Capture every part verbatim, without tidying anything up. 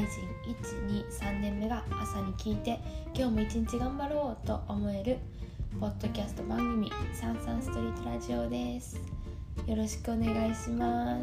人いち、に、さんねんめが朝に聞いて今日も一日頑張ろうと思えるポッドキャスト番組サンサンストリートラジオです。よろしくお願いします。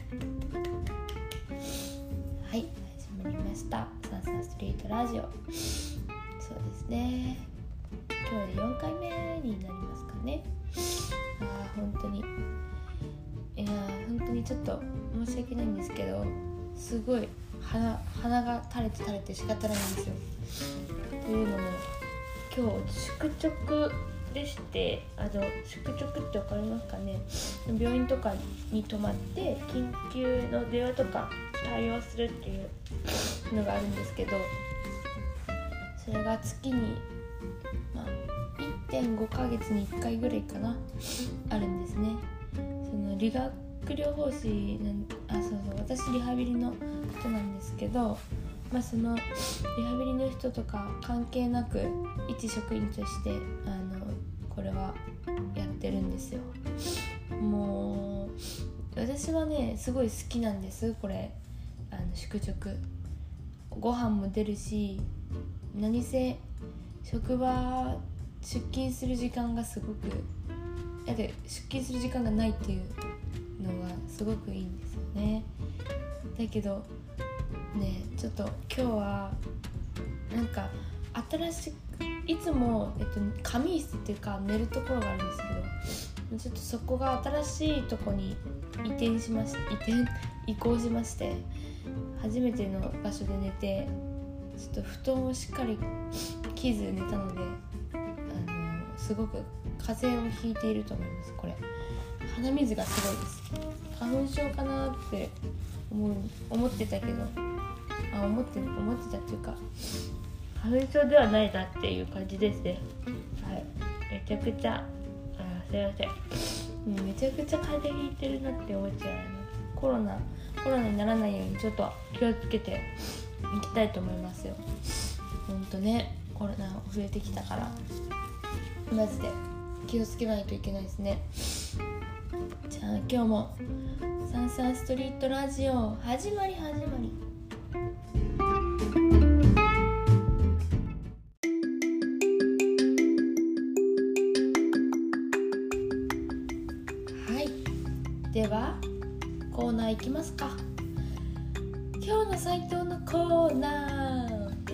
はい、始まりましたサンサンストリートラジオ。そうですね、今日でよんかいめになりますかね。あー本当にいや本当にちょっと申し訳ないんですけど、すごい 鼻, 鼻が垂れて垂れて仕方ないんですよ。というのも今日宿直でして、あの宿直って分かりますかね。病院とかに泊まって緊急の電話とか対応するっていうのがあるんですけど、それが月に、まあ、いってんごかげつにいっかいぐらいかなあるんですね。その理学療法士なんあそうそう私リハビリの人なんですけど、まあ、そのリハビリの人とか関係なく一職員としてあのこれはやってるんですよ。もう私はねすごい好きなんです。これあの宿直ご飯も出るし、何せ職場出勤する時間がすごくやで出勤する時間がないっていうのがすごくいいんですよね。だけどね、ちょっと今日はなんか新しくいつも、えっと、仮眠室っていうか寝るところがあるんですけど、ちょっとそこが新しいとこに移転しまし移転移行しまして、初めての場所で寝て、ちょっと布団をしっかり着ず寝たので、あのすごく風邪をひいていると思います。これ鼻水がすごいです。花粉症かなって思う思ってたけど、あ思って思ってたっていうか花粉症ではないなっていう感じですね。はい、めちゃくちゃあすいません、うん、めちゃくちゃ風邪ひいてるなって思っちゃうな。コロナコロナにならないようにちょっと気をつけていきたいと思いますよ。ほんとね、コロナ増えてきたからマジで気をつけないといけないですね。じゃあ今日もサンサンストリートラジオ始まり始まり。はい、ではコーナーいきますか。今日の斉藤のコーナー、え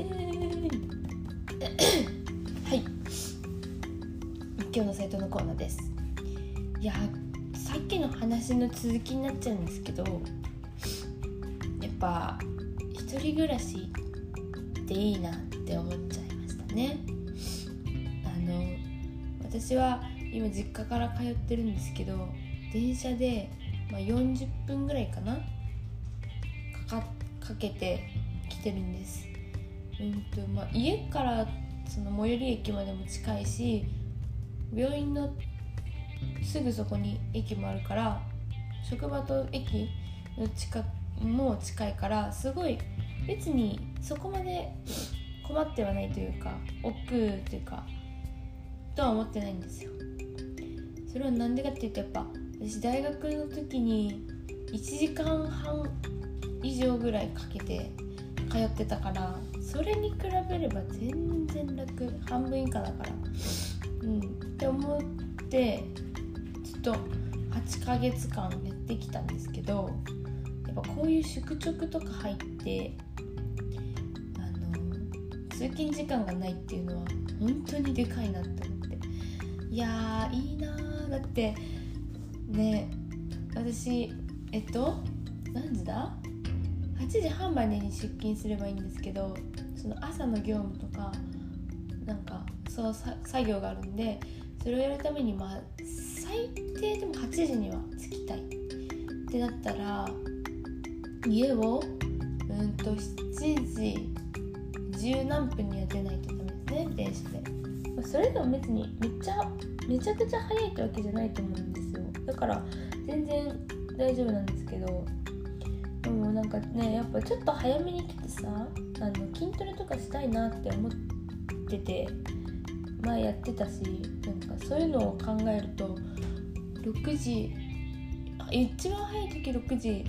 ー、はい、今日の斉藤のコーナーです。いやさっきの話の続きになっちゃうんですけど、やっぱ一人暮らしっていいなって思っちゃいましたね。あの私は今実家から通ってるんですけど、電車で、まあ、よんじゅっぷんぐらいかなか, か, かけて来てるんです。うんと、まあ、家からその最寄り駅までも近いし、病院のすぐそこに駅もあるから、職場と駅の近くも近いから、すごい別にそこまで困ってはないというか、億劫というかとは思ってないんですよ。それはなんでかっていうと、やっぱ私大学の時にいちじかんはん以上ぐらいかけて通ってたから、それに比べれば全然楽、半分以下だから、うんって思ってちょっとはちかげつかんやってきたんですけど、やっぱこういう宿直とか入ってあの通勤時間がないっていうのは本当にでかいなって思って、いやーいいなー。だってね、私えっと何時だはちじはんまでに出勤すればいいんですけど、その朝の業務とかなんかそうさ作業があるんで、それをやるためにまあ最低でもはちじには着きたいってなったら、家をうんとしちじじゅうなんぷんには出ないとダメですね、電車で。それでも別にめっちゃめちゃくちゃ早いってわけじゃないと思うんですよ。だから全然大丈夫なんですけど、でもなんかね、やっぱちょっと早めに来てさ、あの筋トレとかしたいなって思ってて前やってたし、なんかそういうのを考えるとろくじ、一番早い時ろくじ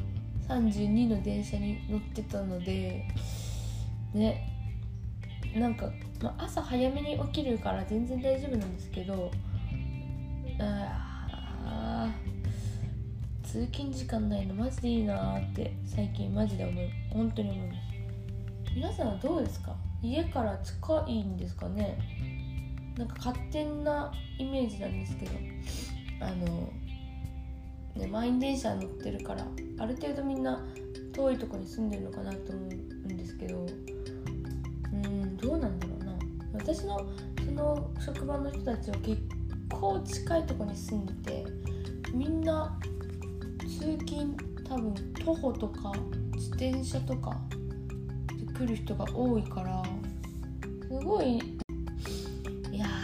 さんじゅうにの電車に乗ってたのでね、なんか、まあ、朝早めに起きるから全然大丈夫なんですけど、あ通勤時間ないのマジでいいなって最近マジで思う。本当に思います。皆さんはどうですか？家から近いんですかね？なんか勝手なイメージなんですけど、あのね、満員電車乗ってるからある程度みんな遠いところに住んでるのかなと思うんですけど、うーんどうなんだろうな。私のその職場の人たちは結構近いところに住んでて、みんな通勤多分徒歩とか自転車とかで来る人が多いから、すごい、いや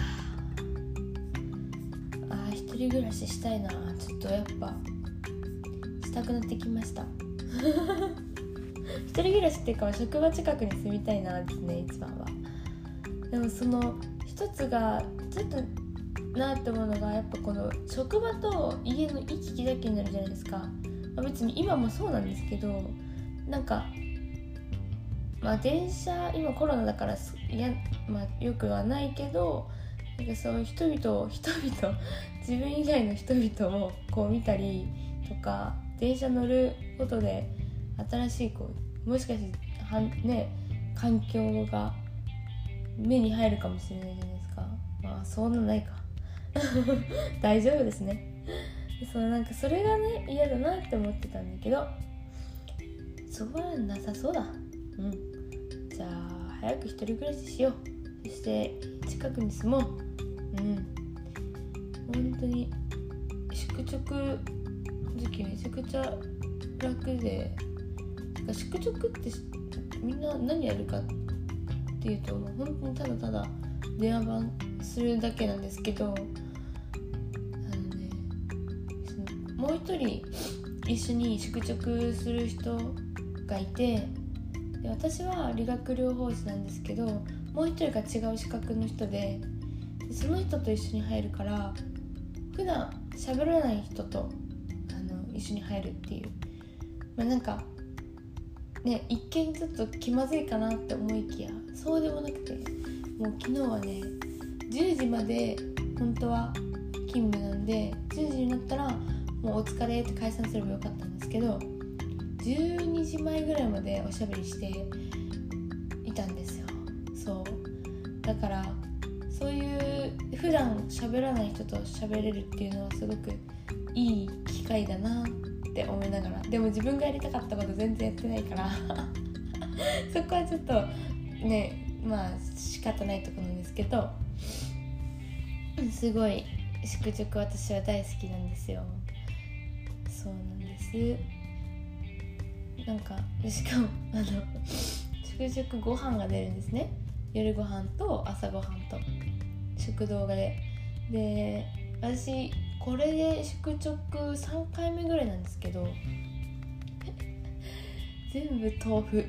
ー、あー一人暮らししたいな。ちょっとやっぱしたくなってきました一人暮らしっていうか職場近くに住みたいなですね、一番は。でもその一つがちょっとなって思うのが、やっぱこの職場と家の行き来だけになるじゃないですか。まあ、別に今もそうなんですけど、なんかまあ電車今コロナだからいや、まあ、よくはないけど、なんかそういう人々を人々自分以外の人々をこう見たりとか、電車乗ることで新しいこうもしかしてはね環境が目に入るかもしれないじゃないですか。まあそんなないか大丈夫ですね。そうなんかそれがね嫌だなって思ってたんだけど、そうはなさそうだ。うん。じゃあ早く一人暮らししよう。そして近くに住もう。うん。本当に宿直時期めちゃくちゃ楽で、宿直ってみんな何やるかっていうと、もう本当にただただ電話番するだけなんですけど、あのね、もう一人一緒に宿直する人がいて、で私は理学療法士なんですけど、もう一人が違う資格の人で、でその人と一緒に入るから、普段喋らない人とあの一緒に入るっていう、まあなんかね、一見ちょっと気まずいかなって思いきや、そうでもなくて、もう昨日はねじゅうじまで本当は勤務なんで、じゅうじになったらもうお疲れって解散すればよかったんですけど、じゅうにじまえぐらいまでおしゃべりしていたんですよ。そうだからそういう普段喋らない人と喋れるっていうのはすごくいい機会だなって思いながら、でも自分がやりたかったこと全然やってないからそこはちょっとね、まあ仕方ないところなんですけど、すごい宿直私は大好きなんですよ。そうなんです。なんかしかもあの宿直ご飯が出るんですね。夜ご飯と朝ご飯と食堂で、で私これで宿直さんかいめぐらいなんですけど全部豆腐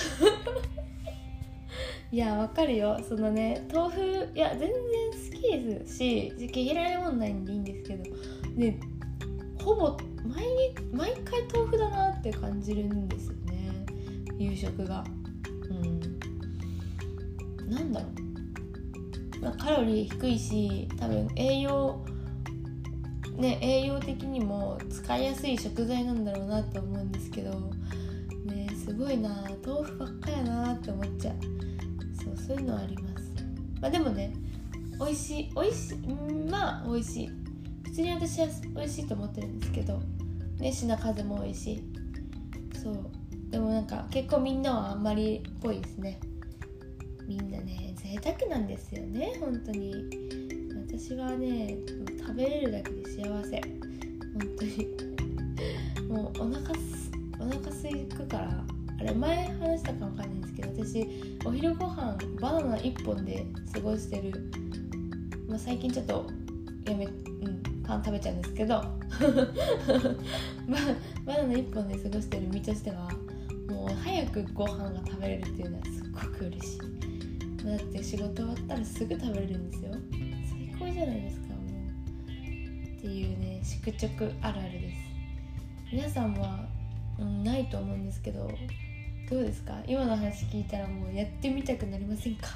いやわかるよ、そのね豆腐、いや全然好きですし、嫌いなもんないんでいいんですけどね、ほぼ毎日毎回豆腐だなって感じるんですよね、夕食が。うん、なんだろう、まあ、カロリー低いし、多分栄養ね栄養的にも使いやすい食材なんだろうなって思うんですけどね、すごいな、豆腐ばっかやなって思っちゃう。そうそういうのはあります。まあでもね、美味しい美味しい、まあ美味しい、普通に私は美味しいと思ってるんですけどね、品数も美味しい。そうでもなんか結構みんなはあんまりっぽいですね。みんなね贅沢なんですよね、本当に。私はね食べれるだけで幸せ、本当にもうお腹すお腹すいくから、あれ前話したかわかんないんですけど、私お昼ご飯バナナいっぽんで過ごしてる、まあ、最近ちょっとやめ、うん、パン食べちゃうんですけどバ, バナナいっぽんで過ごしてる身としては、もう早くご飯が食べれるっていうのはすっごく嬉しい。だって仕事終わったらすぐ食べれるんですよ。最高じゃないですか、もう。っていうね、宿直あるあるです。皆さんはうん、ないと思うんですけど、どうですか？今の話聞いたらもうやってみたくなりませんか？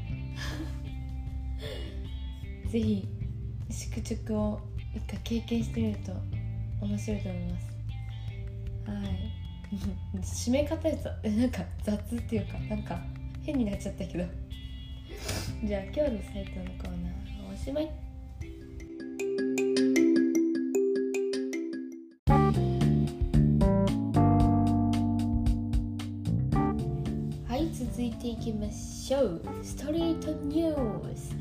ぜひ宿直を一回経験してみると面白いと思います。はい締め方やつなんか雑っていうかなんか変になっちゃったけどじゃあ今日のサイトのコーナーおしまい。はい、続いていきましょう。ストリートニュース。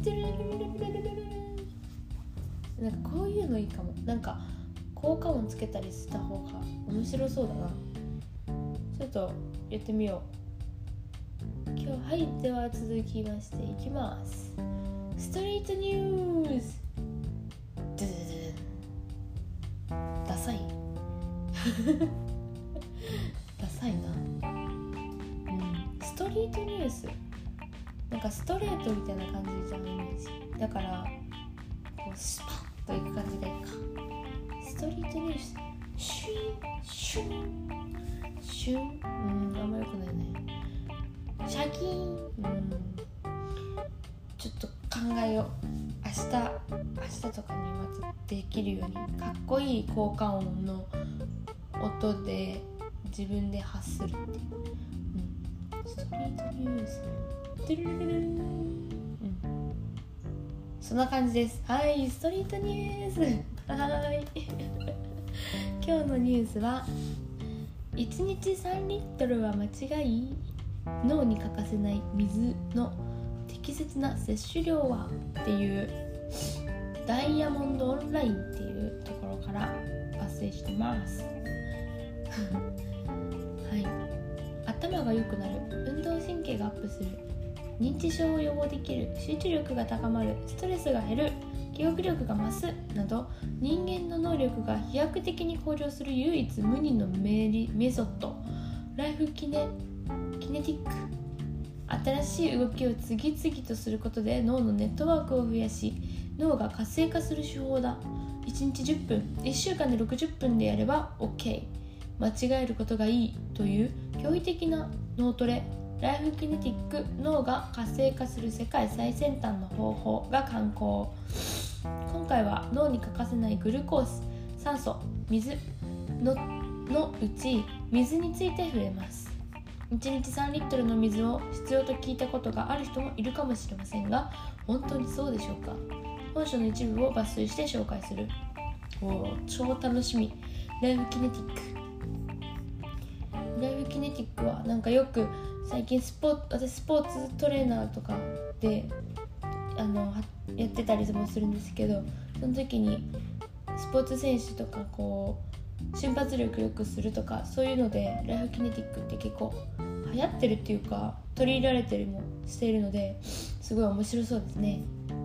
なんかこういうのいいかも。なんか効果音つけたりした方が面白そうだな。ちょっとやってみよう。今日はいでは続きましていきます。ストリートニュース。ドゥドゥドゥダサいダサいな。うんストリートニュースなんかストレートみたいな感じじゃんイメージだから、こうスパッといく感じがいいか。ストリートニュースシュンシュンシュンうんあんま良くないね。シャキーンうんちょっと考えよう。明日明日とかにまたできるようにかっこいい効果音の音で自分で発するっていう、うん、ストリートニュースドゥルルルルン、うん、そんな感じです。はい、ストリートニュースはい今日のニュースはいちにちさんリットルは間違い？脳に欠かせない水の適切な摂取量はっていうダイヤモンドオンラインっていうところから抜粋してますはい頭が良くなる、運動神経がアップする、認知症を予防できる、集中力が高まる、ストレスが減る、記憶力が増すなど人間の能力が飛躍的に向上する唯一無二のメリメソッド、ライフキネキネティック。新しい動きを次々とすることで脳のネットワークを増やし脳が活性化する手法だ。いちにちじゅっぷん、いっしゅうかんでろくじゅっぷんでやれば OK。 間違えることがいいという驚異的な脳トレ、ライフキネティック、脳が活性化する世界最先端の方法が刊行。今回は脳に欠かせないグルコース、酸素、水 の, のうち水について触れます。いちにちさんリットルの水を必要と聞いたことがある人もいるかもしれませんが、本当にそうでしょうか。本書の一部を抜粋して紹介する。おー、超楽しみ。ライフキネティック。ライフキネティックはなんかよく最近スポーツ、私スポーツトレーナーとかであのやってたりもするんですけど、その時にスポーツ選手とかこう瞬発力良くするとかそういうのでライフキネティックって結構流行ってるっていうか取り入れられてるもしているのですごい面白そうですね。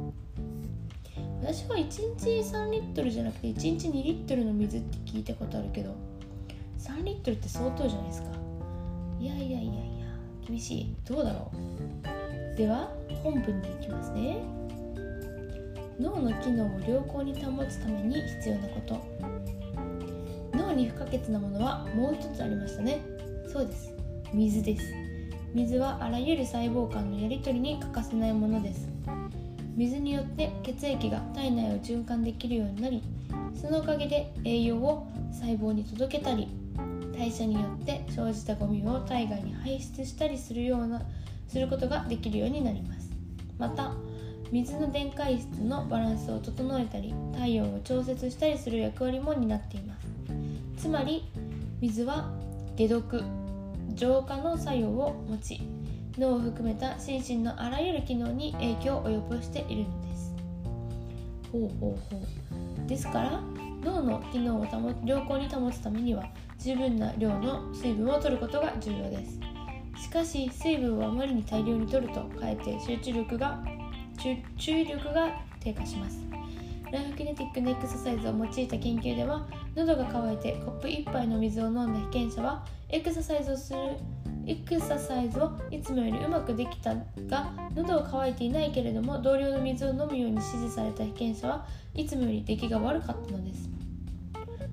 私はいちにちさんリットルじゃなくていちにちにリットルの水って聞いたことあるけど、さんリットルって相当じゃないですか。いやいやいやいや厳しい。どうだろう。では本文に行きますね。脳の機能を良好に保つために必要なこと。脳に不可欠なものはもう一つありましたね。そうです、水です。水はあらゆる細胞間のやり取りに欠かせないものです。水によって血液が体内を循環できるようになり、そのおかげで栄養を細胞に届けたり、代謝によって生じたゴミを体外に排出したりするようなすることができるようになります。また水の電解質のバランスを整えたり、体温を調節したりする役割も担っています。つまり水は解毒、浄化の作用を持ち、脳を含めた心身のあらゆる機能に影響を及ぼしているのです。ほうほうほう。ですから脳の機能を保良好に保つためには十分な量の水分を摂ることが重要です。しかし水分をあまりに大量に摂るとかえって集中力が注意力が低下します。ライフキネティックのエクササイズを用いた研究では、喉が渇いてコップ一杯の水を飲んだ被験者はエクササイズをするエクササイズをいつもよりうまくできたが、喉が渇いていないけれども同量の水を飲むように指示された被験者はいつもより出来が悪かったのです。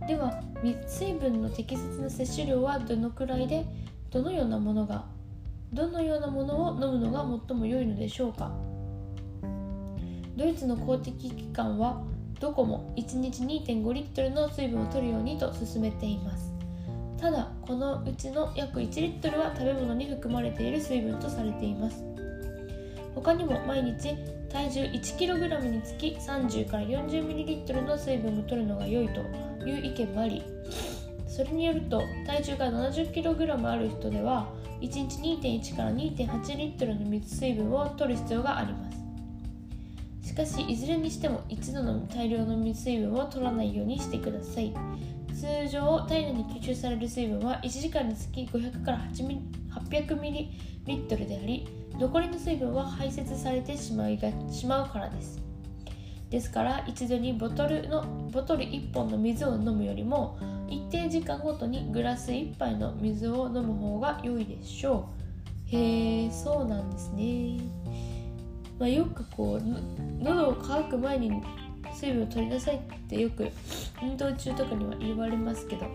では水分の適切な摂取量はどのくらいで、どのようなものがどのようなものを飲むのが最も良いのでしょうか。ドイツの公的機関はどこもいちにち にてんご リットルの水分を摂るようにと勧めています。ただこのうちの約いちリットルは食べ物に含まれている水分とされています。他にも毎日体重 いちキログラム につきさんじゅうからよんじゅうミリリットルの水分を摂るのが良いという意見もあり、それによると体重が ななじゅっキログラム ある人ではいちにち にてんいち から にてんはち リットルの水水分を摂る必要があります。しかしいずれにしても一度の大量の水分を摂らないようにしてください。通常体内に吸収される水分はいちじかんにつきごひゃくからはっぴゃくミリリットルであり、残りの水分は排泄されてしまいがしまうからです。ですから一度にボトルのボトルいっぽんの水を飲むよりも一定時間ごとにグラスいっぱいの水を飲む方が良いでしょう。へえ、そうなんですね。まあ、よくこう喉を渇く前に水分を取りなさいってよく運動中とかには言われますけど、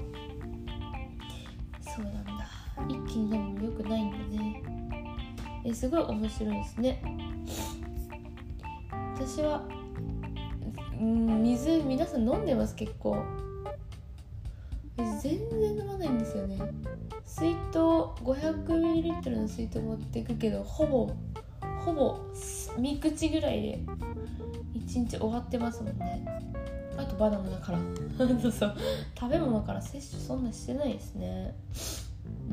そうなんだ、一気に飲むの良くないんだね。えすごい面白いですね。私はん水皆さん飲んでます。結構全然飲まないんですよね。水筒 ごひゃくミリリットル の水筒持っていくけど、ほぼほぼみ口ぐらいでいちにち終わってますもんね。あとバナナだからそうそう、食べ物から摂取そんなしてないですね。うん、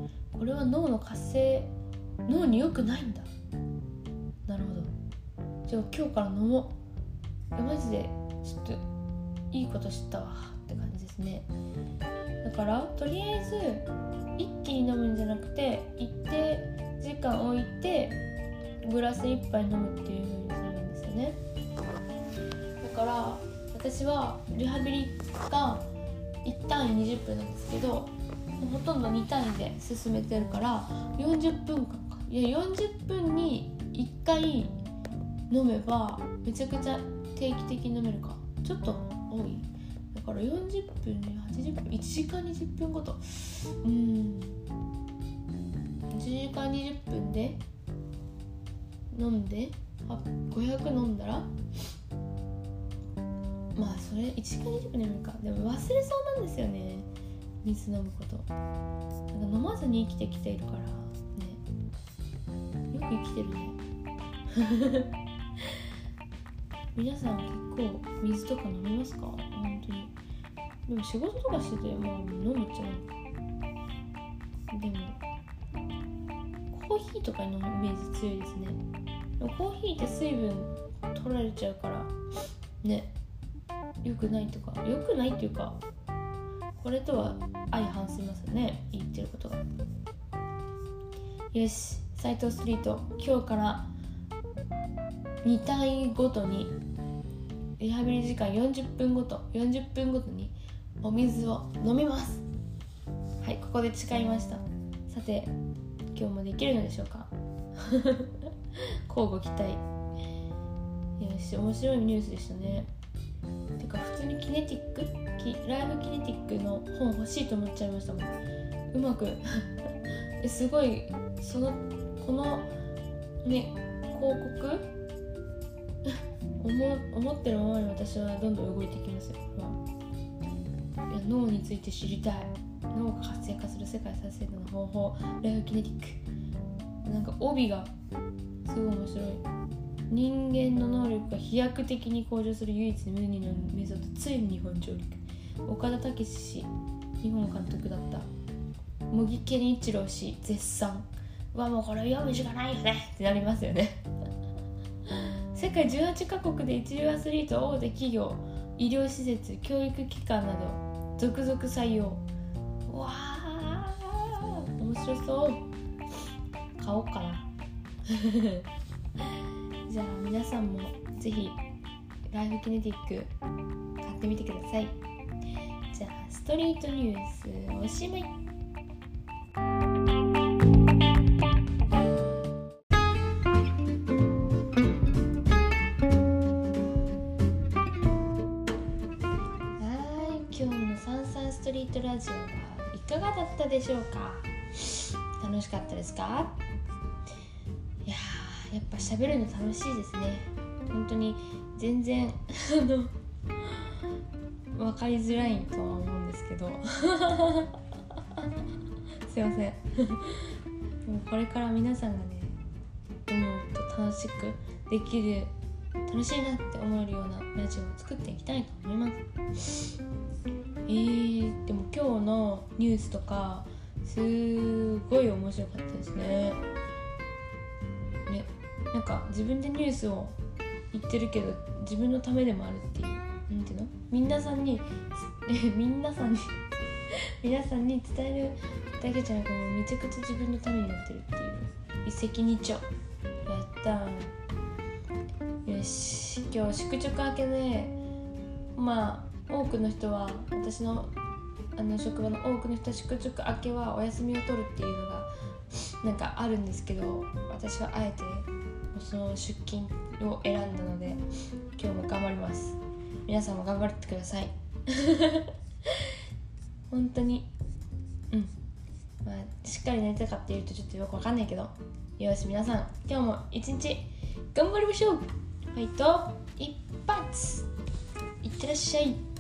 これは脳の活性、脳に良くないんだ。なるほど。じゃあ今日から飲もう。マジでちょっといいこと知ったわって感じですね。だからとりあえず一気に飲むんじゃなくて、一定時間置いてグラス一杯飲むっていう風にするんですよね。だから私はリハビリがいち単位にじゅっぷんなんですけど、ほとんどに単位で進めてるからよんじゅっぷんかんかいやよんじゅっぷんにいっかい飲めばめちゃくちゃ定期的に飲めるか。ちょっと多い。だからよんじゅっぷんにはちじゅっぷん、いちじかんにじゅっぷんごと、うーんいちじかんにじゅっぷんで飲んでごひゃく飲んだら、まあそれいちじかんにじゅっぷんでもいいか。でも忘れそうなんですよね、水飲むこと。なんか飲まずに生きてきているからね。よく生きてるね皆さん結構水とか飲みますか？本当に。でも仕事とかしててもう飲むっちゃう。でもコーヒーとかのイメージ強いですね。でもコーヒーって水分取られちゃうからね、良くないとか、良くないっていうか、これとは相反しますよね、言ってることが。よし、斉藤ストリート、今日からに単位ごとにリハビリ時間よんじゅっぷんごとよんじゅっぷんごとにお水を飲みます。はい、ここで誓いました。さて今日もできるのでしょうか交互期待。よし、面白いニュースでしたね。てか普通にキネティックライブキネティックの本欲しいと思っちゃいましたもん。うまくえすごい、そのこのね広告思, 思ってるままに私はどんどん動いていきますよ。いや脳について知りたい、脳が活性化する世界再生の方法、ライフキネティック。なんか帯がすごい面白い。人間の能力が飛躍的に向上する唯一無二のメソッド、ついに日本上陸。岡田武史氏、日本監督だった。茂木健一郎氏絶賛。うわもうこれ読むしかないよねってなりますよね世界じゅうはちカ国で一流アスリート、大手企業、医療施設、教育機関など続々採用。うわー面白そう。買おうかなじゃあ皆さんもぜひライフキネティック買ってみてください。じゃあストリートニュースおしまい。今日のートラジオはいかがだったでしょうか。楽しかったですか？いやーやっぱ喋るの楽しいですね。本当に全然あの分かりづらいとは思うんですけどすいませんもうこれから皆さんがねもっと楽しくできる、楽しいなって思えるようなラジオを作っていきたいと思います。えー、でも今日のニュースとかすごい面白かったですね。ね、なんか自分でニュースを言ってるけど自分のためでもあるっていう、なんていうの、皆さんに皆さんに皆さんに伝えるだけじゃなく、もうめちゃくちゃ自分のためになってるっていう一石二鳥。やったー。よし、今日宿直明けで、まあ多くの人は私のあの職場の多くの人は宿直明けはお休みを取るっていうのがなんかあるんですけど、私はあえてその出勤を選んだので今日も頑張ります。皆さんも頑張ってください本当にうん、まあ、しっかり寝てたかっていうとちょっとよくわかんないけど、よし皆さん今日も一日頑張りましょう。ファイト一発いってらっしゃい。